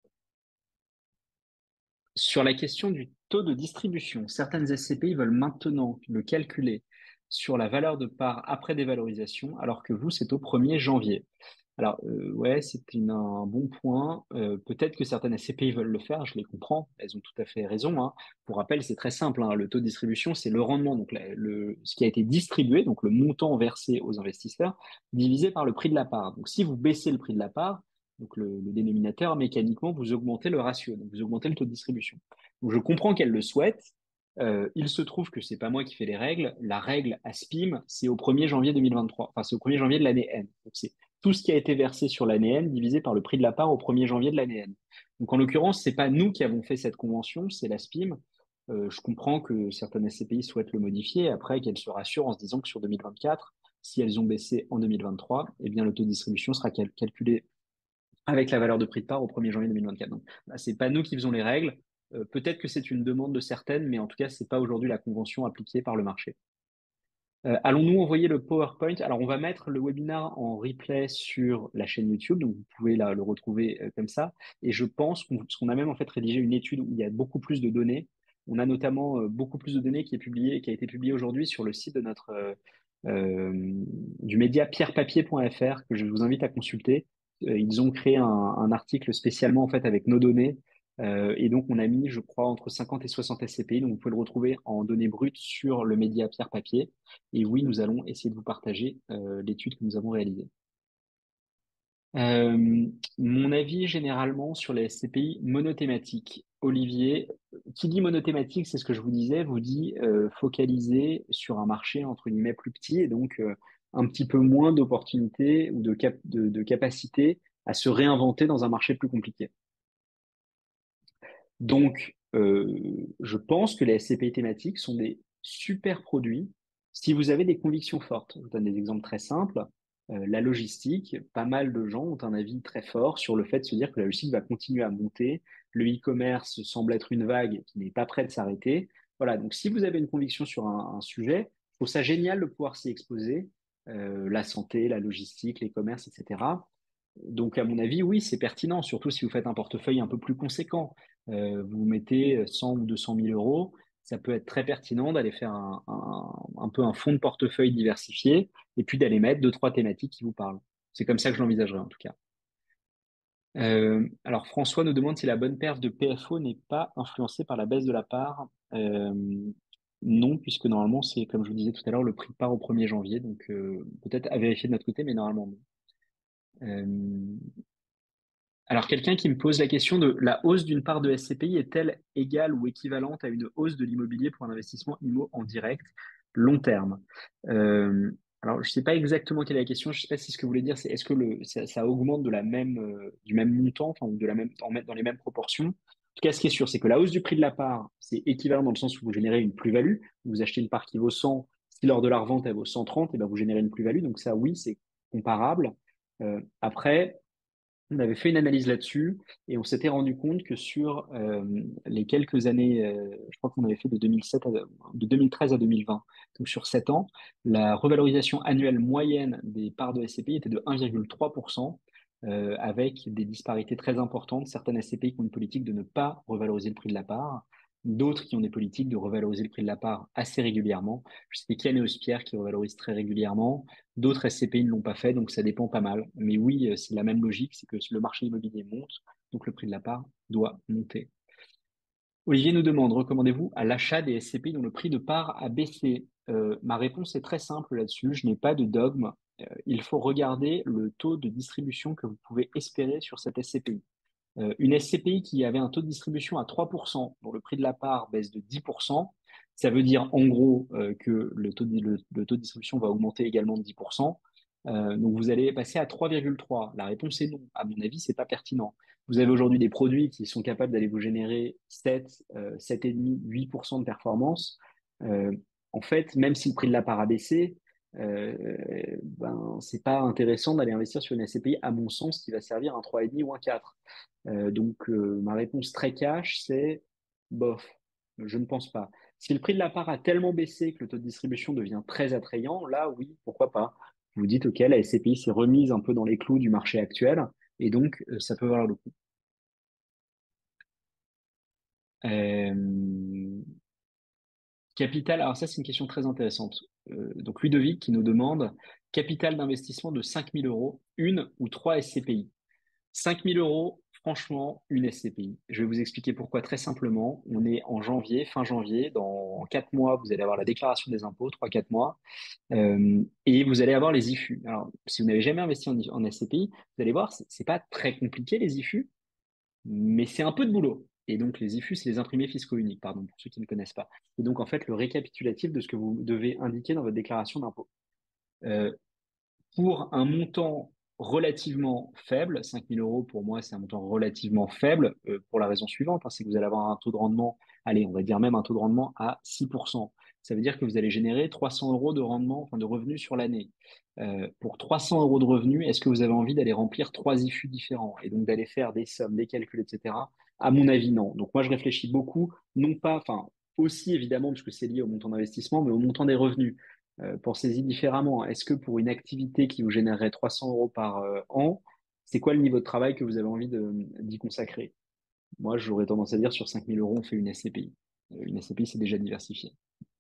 sur la question du taux de distribution, certaines SCPI veulent maintenant le calculer sur la valeur de part après dévalorisation, alors que vous, c'est au 1er janvier. Alors, ouais, un bon point. Peut-être que certaines SCPI veulent le faire, je les comprends, elles ont tout à fait raison, hein. Pour rappel, c'est très simple, hein. Le taux de distribution, c'est le rendement, donc ce qui a été distribué, donc le montant versé aux investisseurs, divisé par le prix de la part. Donc, si vous baissez le prix de la part, donc le dénominateur, mécaniquement, vous augmentez le ratio, donc vous augmentez le taux de distribution. Donc, je comprends qu'elle le souhaite. Il se trouve que c'est pas moi qui fais les règles. La règle à SPIM, c'est au 1er janvier 2023. Enfin, c'est au 1er janvier de l'année N. Donc, c'est tout ce qui a été versé sur l'année N divisé par le prix de la part au 1er janvier de l'année N. Donc, en l'occurrence, c'est pas nous qui avons fait cette convention, c'est la SPIM. Je comprends que certaines SCPI souhaitent le modifier, après qu'elles se rassurent en se disant que sur 2024, si elles ont baissé en 2023, eh bien, le taux de distribution sera calculé avec la valeur de prix de part au 1er janvier 2024. Donc, là, c'est pas nous qui faisons les règles. Peut-être que c'est une demande de certaines, mais en tout cas, c'est pas aujourd'hui la convention appliquée par le marché. Allons-nous envoyer le PowerPoint? Alors, on va mettre le webinar en replay sur la chaîne YouTube, donc vous pouvez le retrouver comme ça. Et je pense qu'on a même en fait rédigé une étude où il y a beaucoup plus de données. On a notamment beaucoup plus de données qui a été publiée aujourd'hui sur le site de du média pierrepapier.fr que je vous invite à consulter. Ils ont créé un article spécialement en fait avec nos données et donc, on a mis, je crois, entre 50 et 60 SCPI. Donc, vous pouvez le retrouver en données brutes sur le média Pierre Papier. Et oui, nous allons essayer de vous partager l'étude que nous avons réalisée. Euh, Mon avis généralement sur les SCPI monothématiques. Olivier, qui dit monothématique, c'est ce que je vous disais, vous dit focaliser sur un marché entre guillemets plus petit et donc un petit peu moins d'opportunités ou de capacité à se réinventer dans un marché plus compliqué. Donc, je pense que les SCPI thématiques sont des super produits si vous avez des convictions fortes. Je vous donne des exemples très simples. La logistique, pas mal de gens ont un avis très fort sur le fait de se dire que la logistique va continuer à monter. Le e-commerce semble être une vague qui n'est pas prête de s'arrêter. Voilà, donc si vous avez une conviction sur un sujet, je trouve ça génial de pouvoir s'y exposer. La santé, la logistique, les commerces, etc. Donc, à mon avis, oui, c'est pertinent, surtout si vous faites un portefeuille un peu plus conséquent. Vous mettez 100 ou 200 000 euros, ça peut être très pertinent d'aller faire un peu un fonds de portefeuille diversifié et puis d'aller mettre deux, trois thématiques qui vous parlent. C'est comme ça que je l'envisagerais en tout cas. Alors, François nous demande si la bonne perf de PFO n'est pas influencée par la baisse de la part. Non, puisque normalement, c'est comme je vous disais tout à l'heure, le prix part au 1er janvier, donc peut-être à vérifier de notre côté, mais normalement non. Euh, Alors, quelqu'un qui me pose la question de la hausse d'une part de SCPI est-elle égale ou équivalente à une hausse de l'immobilier pour un investissement IMO en direct long terme? Euh, alors, je ne sais pas exactement quelle est la question. Je ne sais pas si ce que vous voulez dire, c'est est-ce que ça augmente de la même, du même montant, enfin, ou de la même, dans les mêmes proportions? En tout cas, ce qui est sûr, c'est que la hausse du prix de la part, c'est équivalent dans le sens où vous générez une plus-value. Vous achetez une part qui vaut 100, si lors de la revente, elle vaut 130, et ben vous générez une plus-value. Donc ça, oui, c'est comparable. Après, on avait fait une analyse là-dessus et on s'était rendu compte que sur les quelques années, je crois qu'on avait fait de 2007 de 2013 à 2020, donc sur 7 ans, la revalorisation annuelle moyenne des parts de SCPI était de 1,3%, avec des disparités très importantes. Certaines SCPI qui ont une politique de ne pas revaloriser le prix de la part, d'autres qui ont des politiques de revaloriser le prix de la part assez régulièrement. Je sais qu'il y a Neospierre qui revalorise très régulièrement. D'autres SCPI ne l'ont pas fait, donc ça dépend pas mal. Mais oui, c'est la même logique, c'est que le marché immobilier monte, donc le prix de la part doit monter. Olivier nous demande, recommandez-vous à l'achat des SCPI dont le prix de part a baissé? Ma réponse est très simple là-dessus, je n'ai pas de dogme. Il faut regarder le taux de distribution que vous pouvez espérer sur cette SCPI. Une SCPI qui avait un taux de distribution à 3%, dont le prix de la part baisse de 10%, ça veut dire en gros que le taux de distribution va augmenter également de 10%. Donc vous allez passer à 3,3. La réponse est non. À mon avis, c'est pas pertinent. Vous avez aujourd'hui des produits qui sont capables d'aller vous générer 7, 7,5, 8% de performance. Euh, En fait, même si le prix de la part a baissé, ben, c'est pas intéressant d'aller investir sur une SCPI, à mon sens, qui va servir un 3,5 ou un 4. Donc, ma réponse très cash, c'est bof, je ne pense pas. Si le prix de la part a tellement baissé que le taux de distribution devient très attrayant, là, oui, pourquoi pas. Vous dites, OK, la SCPI s'est remise un peu dans les clous du marché actuel, et donc, ça peut valoir le coup. Euh, Capital, alors ça, c'est une question très intéressante. Donc, Ludovic qui nous demande, capital d'investissement de 5 000 euros, une ou trois SCPI. 5 000 euros, franchement, une SCPI. Je vais vous expliquer pourquoi très simplement. On est en janvier, fin janvier. Dans 4 mois, vous allez avoir la déclaration des impôts, 3 4 mois, et vous allez avoir les IFU. Alors, si vous n'avez jamais investi en SCPI, vous allez voir, c'est pas très compliqué les IFU, mais c'est un peu de boulot. Et donc, les IFU, c'est les imprimés fiscaux uniques, pardon, pour ceux qui ne connaissent pas. Et donc, en fait, le récapitulatif de ce que vous devez indiquer dans votre déclaration d'impôt. Euh, pour un montant relativement faible, 5 000 euros pour moi, c'est un montant relativement faible pour la raison suivante, hein, c'est que vous allez avoir un taux de rendement, allez, on va dire même un taux de rendement à 6%. Ça veut dire que vous allez générer 300 euros de rendement, enfin de revenus sur l'année. Pour 300 euros de revenus, est-ce que vous avez envie d'aller remplir trois IFU différents et donc d'aller faire des sommes, des calculs, etc. À mon avis, non. Donc moi, je réfléchis beaucoup, non pas, enfin, aussi évidemment, parce que c'est lié au montant d'investissement, mais au montant des revenus. Pensez-y différemment. Est-ce que pour une activité qui vous générerait 300 euros par an, c'est quoi le niveau de travail que vous avez envie d'y consacrer? Moi, j'aurais tendance à dire sur 5 000 euros, on fait une SCPI. Une SCPI, c'est déjà diversifié.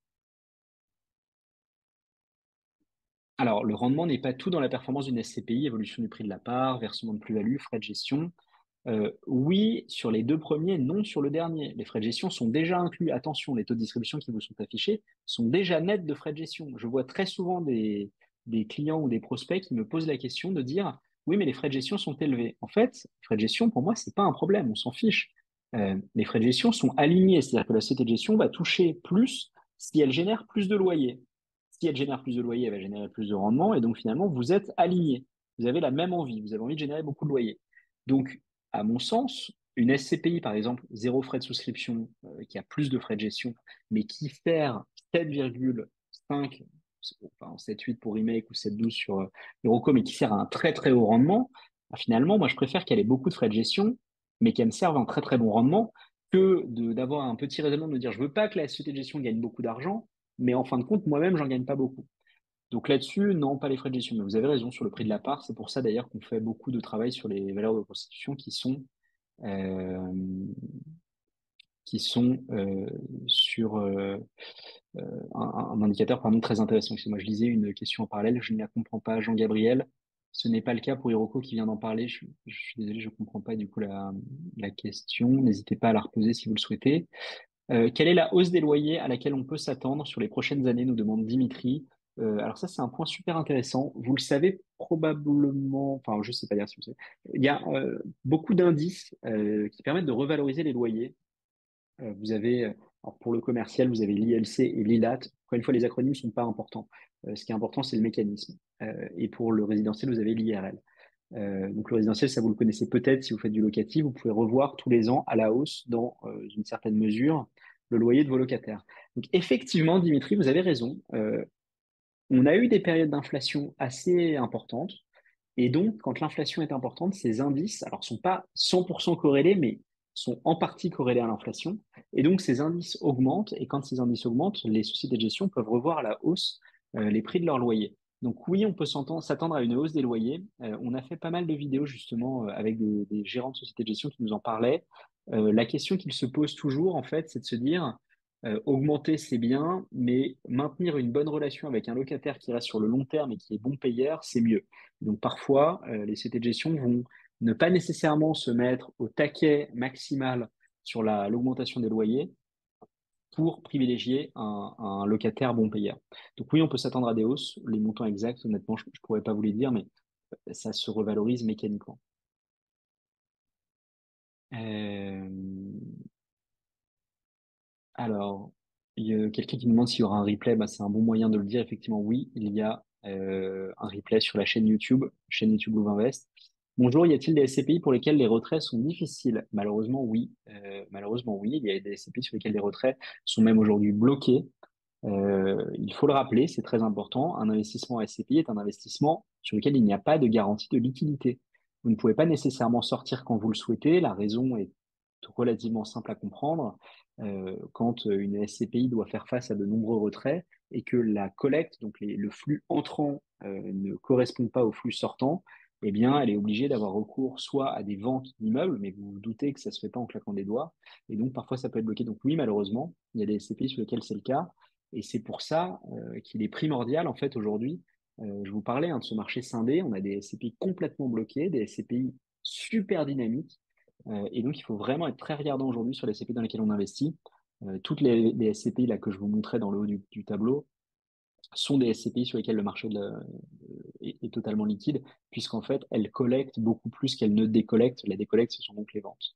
Alors, le rendement n'est pas tout dans la performance d'une SCPI, évolution du prix de la part, versement de plus-value, frais de gestion. Oui, sur les deux premiers, non sur le dernier. Les frais de gestion sont déjà inclus. Attention, les taux de distribution qui vous sont affichés sont déjà nets de frais de gestion. Je vois très souvent des clients ou des prospects qui me posent la question de dire, oui, mais les frais de gestion sont élevés. En fait, les frais de gestion, pour moi, c'est pas un problème, on s'en fiche. Les frais de gestion sont alignés, c'est-à-dire que la société de gestion va toucher plus si elle génère plus de loyers. Si elle génère plus de loyer, elle va générer plus de rendement. Et donc, finalement, vous êtes aligné. Vous avez la même envie. Vous avez envie de générer beaucoup de loyer. Donc, à mon sens, une SCPI, par exemple, zéro frais de souscription, qui a plus de frais de gestion, mais qui fait 7,5, enfin 7,8 pour Remake ou 7,12 sur Heroco, mais qui sert à un très très haut rendement, bah, finalement, moi je préfère qu'elle ait beaucoup de frais de gestion, mais qu'elle me serve un très très bon rendement, que d'avoir un petit raisonnement de me dire je veux pas que la société de gestion gagne beaucoup d'argent, mais en fin de compte, moi-même, j'en gagne pas beaucoup. Donc là-dessus, non, pas les frais de gestion. Mais vous avez raison sur le prix de la part. C'est pour ça d'ailleurs qu'on fait beaucoup de travail sur les valeurs de constitution euh, qui sont sur un indicateur pardon, très intéressant. Moi, je lisais une question en parallèle, je ne la comprends pas, Jean-Gabriel. Ce n'est pas le cas pour Hiroko qui vient d'en parler. Je suis désolé, je ne comprends pas du coup la question. N'hésitez pas à la reposer si vous le souhaitez. Quelle est la hausse des loyers à laquelle on peut s'attendre sur les prochaines années, nous demande Dimitri. Alors ça, c'est un point super intéressant. Vous le savez probablement, enfin, je sais pas dire si vous savez. Il y a beaucoup d'indices qui permettent de revaloriser les loyers. Vous avez, alors pour le commercial, vous avez l'ILC et l'ILAT. Encore une fois, les acronymes sont pas importants. Ce qui est important, c'est le mécanisme. Et pour le résidentiel, vous avez l'IRL. Donc le résidentiel, ça vous le connaissez peut-être si vous faites du locatif. Vous pouvez revoir tous les ans à la hausse, dans une certaine mesure, le loyer de vos locataires. Donc effectivement, Dimitri, vous avez raison. On a eu des périodes d'inflation assez importantes. Et donc, quand l'inflation est importante, ces indices, alors, sont pas 100% corrélés, mais sont en partie corrélés à l'inflation. Et donc, ces indices augmentent. Et quand ces indices augmentent, les sociétés de gestion peuvent revoir à la hausse les prix de leur loyer. Donc, oui, on peut s'attendre à une hausse des loyers. On a fait pas mal de vidéos, justement, avec des gérants de sociétés de gestion qui nous en parlaient. La question qu'ils se posent toujours, en fait, c'est de se dire, augmenter, c'est bien, mais maintenir une bonne relation avec un locataire qui reste sur le long terme et qui est bon payeur, c'est mieux. Donc parfois, les sociétés de gestion vont ne pas nécessairement se mettre au taquet maximal sur l'augmentation des loyers pour privilégier un locataire bon payeur. Donc oui, on peut s'attendre à des hausses. Les montants exacts, honnêtement, je ne pourrais pas vous les dire, mais ça se revalorise mécaniquement. Euh, alors, il y a quelqu'un qui me demande s'il y aura un replay. Bah, c'est un bon moyen de le dire. Effectivement, oui, il y a un replay sur la chaîne YouTube Louvainvest. Bonjour, y a-t-il des SCPI pour lesquels les retraits sont difficiles? Malheureusement, oui. Malheureusement, oui. Il y a des SCPI sur lesquels les retraits sont même aujourd'hui bloqués. Il faut le rappeler, c'est très important. Un investissement SCPI est un investissement sur lequel il n'y a pas de garantie de liquidité. Vous ne pouvez pas nécessairement sortir quand vous le souhaitez. La raison est relativement simple à comprendre. Quand une SCPI doit faire face à de nombreux retraits et que la collecte, donc le flux entrant, ne correspond pas au flux sortant, eh bien, elle est obligée d'avoir recours soit à des ventes d'immeubles, mais vous vous doutez que ça se fait pas en claquant des doigts, et donc parfois ça peut être bloqué. Donc oui, malheureusement, il y a des SCPI sur lesquels c'est le cas, et c'est pour ça qu'il est primordial, en fait, aujourd'hui. Je vous parlais de ce marché scindé. On a des SCPI complètement bloqués, des SCPI super dynamiques. Et donc, il faut vraiment être très regardant aujourd'hui sur les SCPI dans lesquels on investit. Toutes les SCPI là, que je vous montrais dans le haut du tableau sont des SCPI sur lesquels le marché est totalement liquide, puisqu'en fait, elles collectent beaucoup plus qu'elles ne décollectent. La décollecte, ce sont donc les ventes.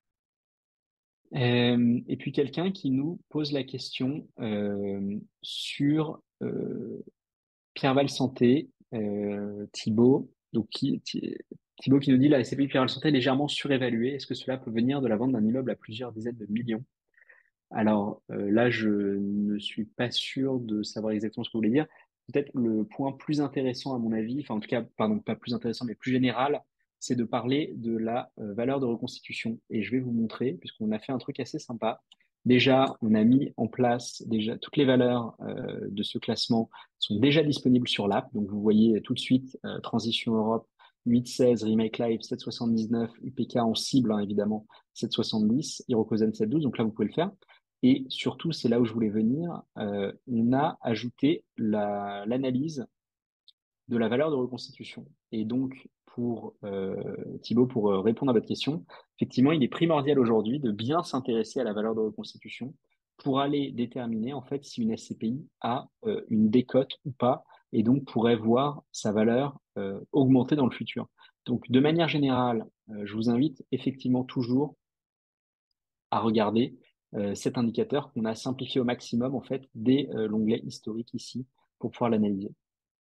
Et puis quelqu'un qui nous pose la question sur Pierre-Val Santé, Thibaut, Thibaut qui nous dit la SCPI Pierre-Val Santé est légèrement surévaluée. Est-ce que cela peut venir de la vente d'un immeuble à plusieurs dizaines de millions? Alors là, je ne suis pas sûr de savoir exactement ce que vous voulez dire. Peut-être le point plus intéressant à mon avis, enfin en tout cas, pardon, pas plus intéressant, mais plus général, c'est de parler de la valeur de reconstitution. Et je vais vous montrer, puisqu'on a fait un truc assez sympa. Déjà, on a mis en place déjà toutes les valeurs de ce classement sont déjà disponibles sur l'app. Donc vous voyez tout de suite Transition Europe 8,16, Remake Live 7,79, UPK en cible hein, évidemment 7,70, Hirokozen 7,12. Donc là vous pouvez le faire. Et surtout, c'est là où je voulais venir, on a ajouté l'analyse de la valeur de reconstitution. Et donc, pour Thibaut, pour répondre à votre question, effectivement, il est primordial aujourd'hui de bien s'intéresser à la valeur de reconstitution pour aller déterminer en fait si une SCPI a une décote ou pas, et donc pourrait voir sa valeur augmenter dans le futur. Donc, de manière générale, je vous invite effectivement toujours à regarder cet indicateur qu'on a simplifié au maximum en fait dès l'onglet historique ici pour pouvoir l'analyser.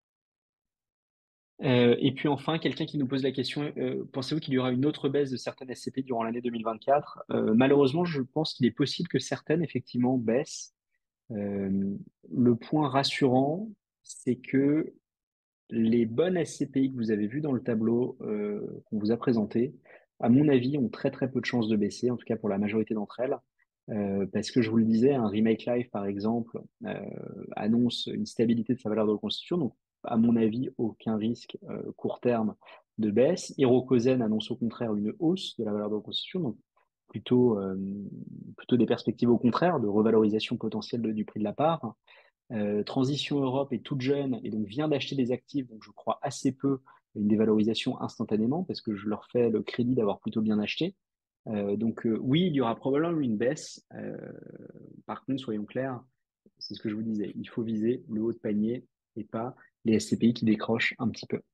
Et puis enfin, quelqu'un qui nous pose la question, pensez-vous qu'il y aura une autre baisse de certaines SCPI durant l'année 2024? Malheureusement, je pense qu'il est possible que certaines, effectivement, baissent. Euh, le point rassurant, c'est que les bonnes SCPI que vous avez vues dans le tableau qu'on vous a présenté, à mon avis, ont très très peu de chances de baisser, en tout cas pour la majorité d'entre elles. Parce que je vous le disais, un Remake Live, par exemple, annonce une stabilité de sa valeur de reconstitution. Donc, à mon avis, aucun risque court terme de baisse. Hirokozen annonce au contraire une hausse de la valeur de reconstitution. Donc, plutôt, plutôt des perspectives au contraire de revalorisation potentielle du prix de la part. Transition Europe est toute jeune et donc vient d'acheter des actifs, donc je crois assez peu à une dévalorisation instantanément parce que je leur fais le crédit d'avoir plutôt bien acheté. Oui, il y aura probablement une baisse. Par contre, soyons clairs, c'est ce que je vous disais, il faut viser le haut de panier et pas les SCPI qui décrochent un petit peu.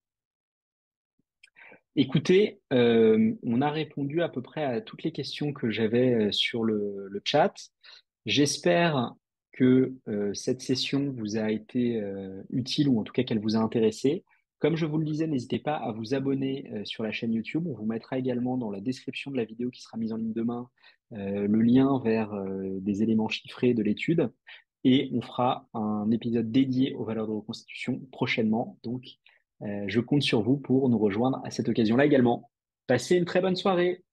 Écoutez, on a répondu à peu près à toutes les questions que j'avais sur le chat. J'espère que cette session vous a été utile ou en tout cas qu'elle vous a intéressé. Comme je vous le disais, n'hésitez pas à vous abonner sur la chaîne YouTube. On vous mettra également dans la description de la vidéo qui sera mise en ligne demain le lien vers des éléments chiffrés de l'étude. Et on fera un épisode dédié aux valeurs de reconstitution prochainement. Donc, je compte sur vous pour nous rejoindre à cette occasion-là également. Passez une très bonne soirée.